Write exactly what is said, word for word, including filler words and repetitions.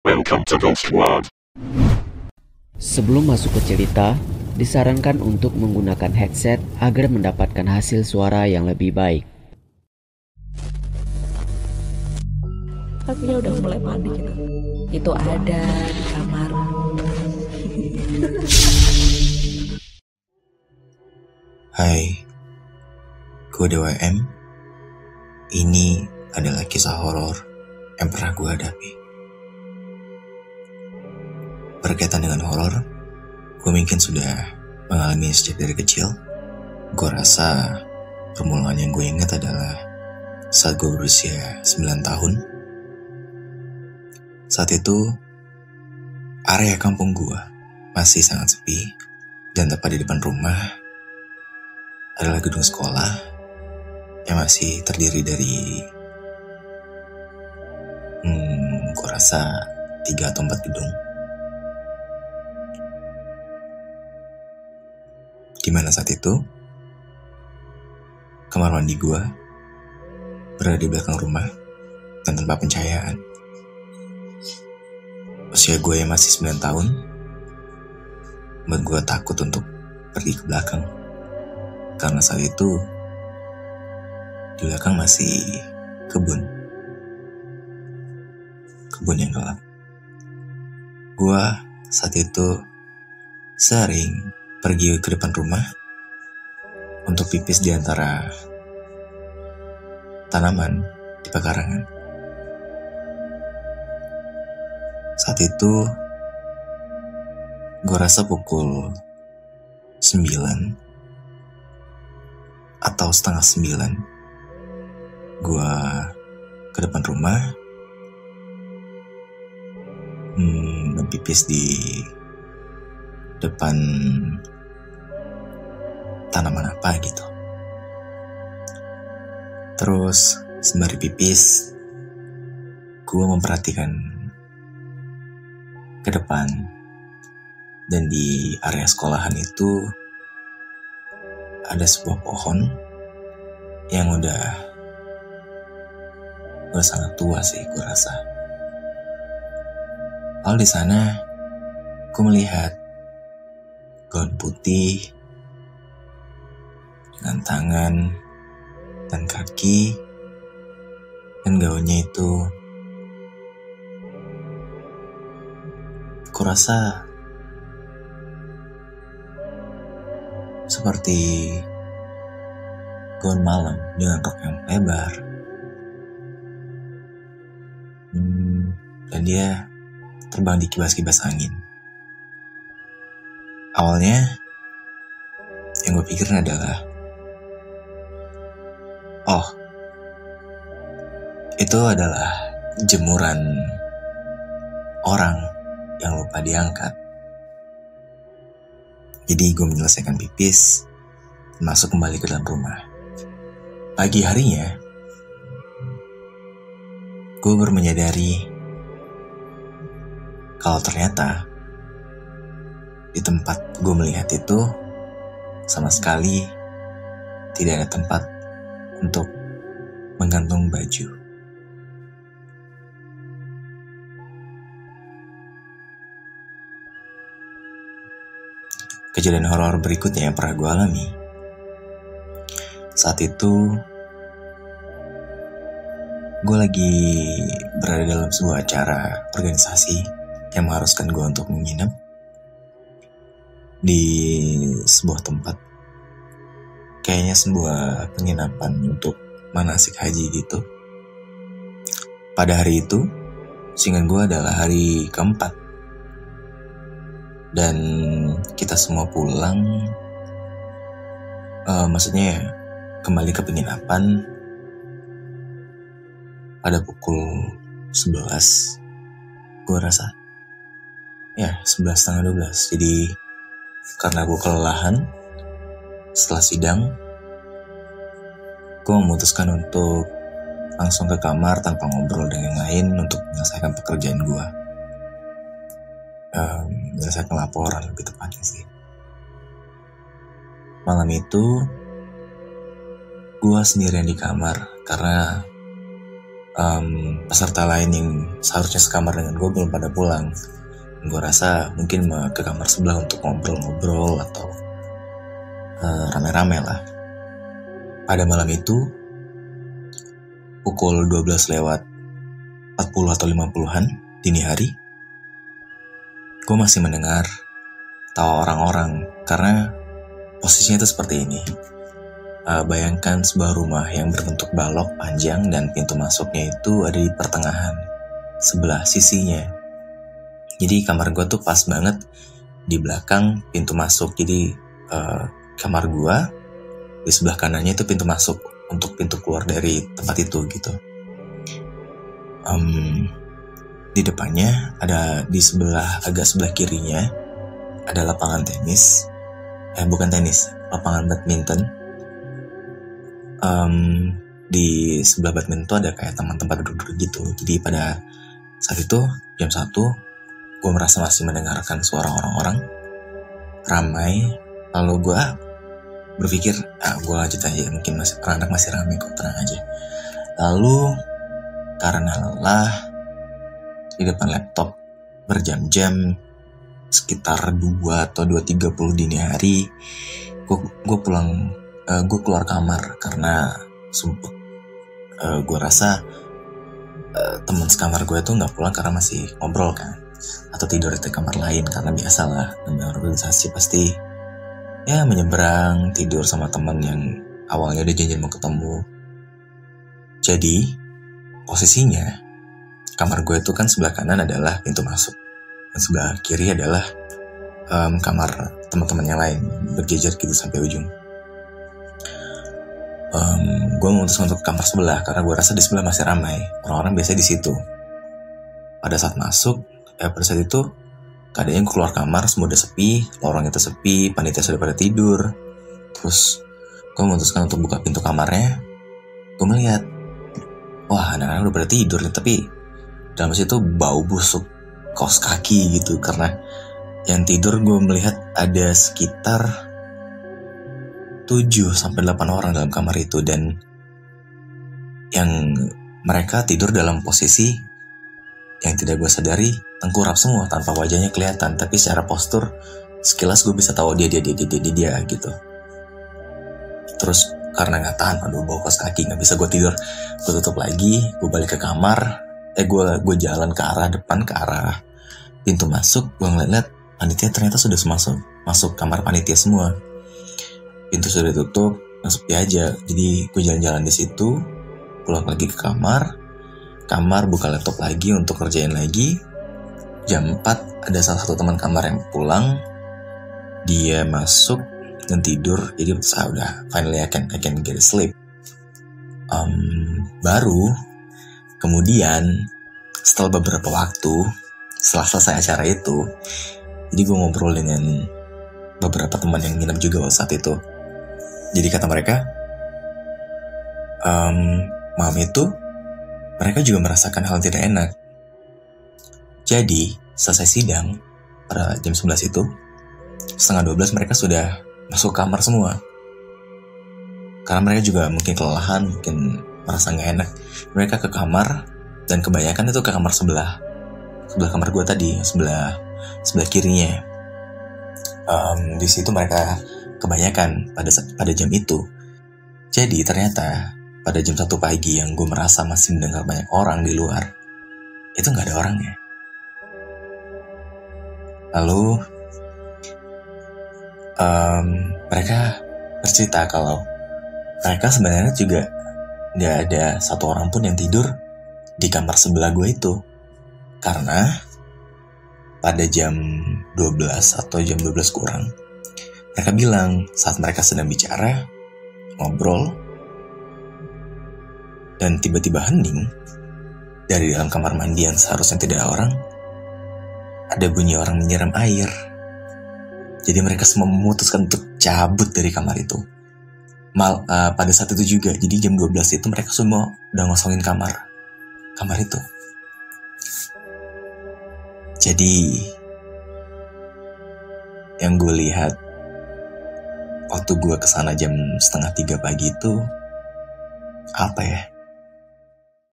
Welcome to Ghost World. Sebelum masuk ke cerita, disarankan untuk menggunakan headset agar mendapatkan hasil suara yang lebih baik. Akunya udah mulai panik gitu. Itu ada di kamar. Hai, gue D W M. Ini adalah kisah horor yang pernah gue hadapi. Berkaitan dengan horor, gue mungkin sudah mengalami sejak dari kecil. Gue rasa permulaan yang gue ingat adalah saat gue berusia sembilan tahun. Saat itu, area kampung gue masih sangat sepi, dan tepat di depan rumah adalah gedung sekolah yang masih terdiri dari, hmm, gue rasa tiga atau empat gedung. Dimana saat itu, kamar mandi gue berada di belakang rumah dan tanpa pencahayaan. Usia gue yang masih sembilan tahun membuat gue takut untuk pergi ke belakang. Karena saat itu di belakang masih kebun. Kebun yang gelap. Gue saat itu sering pergi ke depan rumah untuk pipis di antara tanaman di pekarangan. Saat itu gue rasa pukul sembilan atau setengah sembilan, gue ke depan rumah, hmm, pipis di depan tanaman apa gitu. Terus sembari pipis, gue memperhatikan ke depan, dan di area sekolahan itu ada sebuah pohon yang udah udah sangat tua sih, gue rasa. Lalu di sana, gue melihat gaun putih dengan tangan dan kaki, dan gaunnya itu, gue rasa seperti gaun malam dengan rok yang lebar. Hmm, dan dia terbang di kibas-kibas angin. Awalnya, yang gue pikirin adalah, oh, itu adalah jemuran orang yang lupa diangkat. Jadi gue menyelesaikan pipis, masuk kembali ke dalam rumah. Pagi harinya, gue baru menyadari kalau ternyata di tempat gue melihat itu sama sekali tidak ada tempat untuk menggantung baju. Kejadian horor berikutnya yang pernah gue alami, saat itu gue lagi berada dalam sebuah acara organisasi yang mengharuskan gue untuk menginap di sebuah tempat, kayaknya sebuah penginapan untuk manasik haji gitu. Pada hari itu, seingat gue adalah hari keempat, dan kita semua pulang, uh, maksudnya ya, kembali ke penginapan pada pukul sebelas, gue rasa ya sebelas setengah dua belas. Jadi karena gue kelelahan setelah sidang, gue memutuskan untuk langsung ke kamar tanpa ngobrol dengan yang lain untuk menyelesaikan pekerjaan gue. Um, menyelesaikan laporan lebih tepatnya sih. Malam itu gue sendirian di kamar karena um, peserta lain yang seharusnya sekamar dengan gue belum pada pulang. Gue rasa mungkin ke kamar sebelah untuk ngobrol-ngobrol atau uh, rame-rame lah. Pada malam itu pukul dua belas lewat empat puluh atau lima puluhan dini hari, gue masih mendengar tawa orang-orang karena posisinya itu seperti ini. Uh, bayangkan sebuah rumah yang berbentuk balok panjang dan pintu masuknya itu ada di pertengahan sebelah sisinya. Jadi kamar gue tuh pas banget di belakang pintu masuk. Jadi uh, kamar gue di sebelah kanannya itu pintu masuk untuk pintu keluar dari tempat itu gitu. Um, di depannya ada di sebelah agak sebelah kirinya ada lapangan tenis. Eh bukan tenis, lapangan badminton. Um, di sebelah badminton tuh ada kayak tempat-tempat duduk-duduk gitu. Jadi pada saat itu jam satu gue merasa masih mendengarkan suara orang-orang ramai. Lalu gue berpikir, ah gue lanjut aja, mungkin masih anak masih ramai kok, tenang aja. Lalu karena lelah di depan laptop berjam-jam, sekitar dua atau dua tiga puluh dini hari, gue gue pulang, uh, gue keluar kamar karena sumpah uh, gue rasa uh, teman sekamar gue tuh nggak pulang karena masih ngobrol kan, atau tidur di kamar lain karena biasalah namanya organisasi pasti ya menyeberang tidur sama teman yang awalnya udah janjian mau ketemu. Jadi posisinya kamar gue itu kan sebelah kanan adalah pintu masuk dan sebelah kiri adalah um, kamar teman-teman yang lain berjejer gitu sampai ujung. Um, gue memutuskan untuk kamar sebelah karena gue rasa di sebelah masih ramai, orang-orang biasanya di situ. Pada saat masuk, eh, pada saat itu keadaannya gue keluar kamar semua udah sepi, lorong itu sepi, panitia sudah pada tidur. Terus gue memutuskan untuk buka pintu kamarnya. Gue melihat, wah anak-anak udah pada tidur nih, tapi dalam situ bau busuk kaos kaki gitu. Karena yang tidur gue melihat ada sekitar tujuh sampai delapan orang dalam kamar itu, dan yang mereka tidur dalam posisi yang tidak gue sadari tengkurap semua tanpa wajahnya kelihatan, tapi secara postur sekilas gue bisa tahu dia dia dia dia dia, dia gitu. Terus karena nggak tahan, aduh bau kaos kaki, nggak bisa gue tidur, gue tutup lagi, gue balik ke kamar, eh gue gue jalan ke arah depan, ke arah pintu masuk, gue ngeliat panitia ternyata sudah masuk masuk kamar panitia semua. Pintu sudah ditutup, sepi aja. Jadi gue jalan-jalan di situ, pulang lagi ke kamar, kamar buka laptop lagi untuk kerjain lagi. Jam empat ada salah satu teman kamar yang pulang, dia masuk dan tidur. Jadi saya udah finally I can, I can get sleep. Um, baru kemudian setelah beberapa waktu setelah selesai acara itu, jadi gue ngobrol dengan beberapa teman yang nginep juga saat itu. Jadi kata mereka, um, malam itu mereka juga merasakan hal tidak enak. Jadi selesai sidang pada jam sebelas itu, setengah dua belas mereka sudah masuk kamar semua. Karena mereka juga mungkin kelelahan, mungkin merasa gak enak. Mereka ke kamar, dan kebanyakan itu ke kamar sebelah. Sebelah kamar gue tadi, sebelah sebelah kirinya. Um, di situ mereka kebanyakan pada pada jam itu. Jadi ternyata pada jam satu pagi yang gue merasa masih mendengar banyak orang di luar, itu nggak ada orangnya. Lalu um, mereka bercerita kalau mereka sebenarnya juga nggak ada satu orang pun yang tidur di kamar sebelah gue itu, karena pada jam dua belas atau jam dua belas kurang, mereka bilang saat mereka sedang bicara, ngobrol, dan tiba-tiba hening, dari dalam kamar mandi yang seharusnya tidak ada orang, ada bunyi orang menyiram air. Jadi mereka semua memutuskan untuk cabut dari kamar itu. Mal, uh, pada saat itu juga, jadi jam dua belas itu mereka semua udah ngosongin kamar, kamar itu. Jadi yang gue lihat waktu gue kesana jam setengah tiga pagi itu apa ya?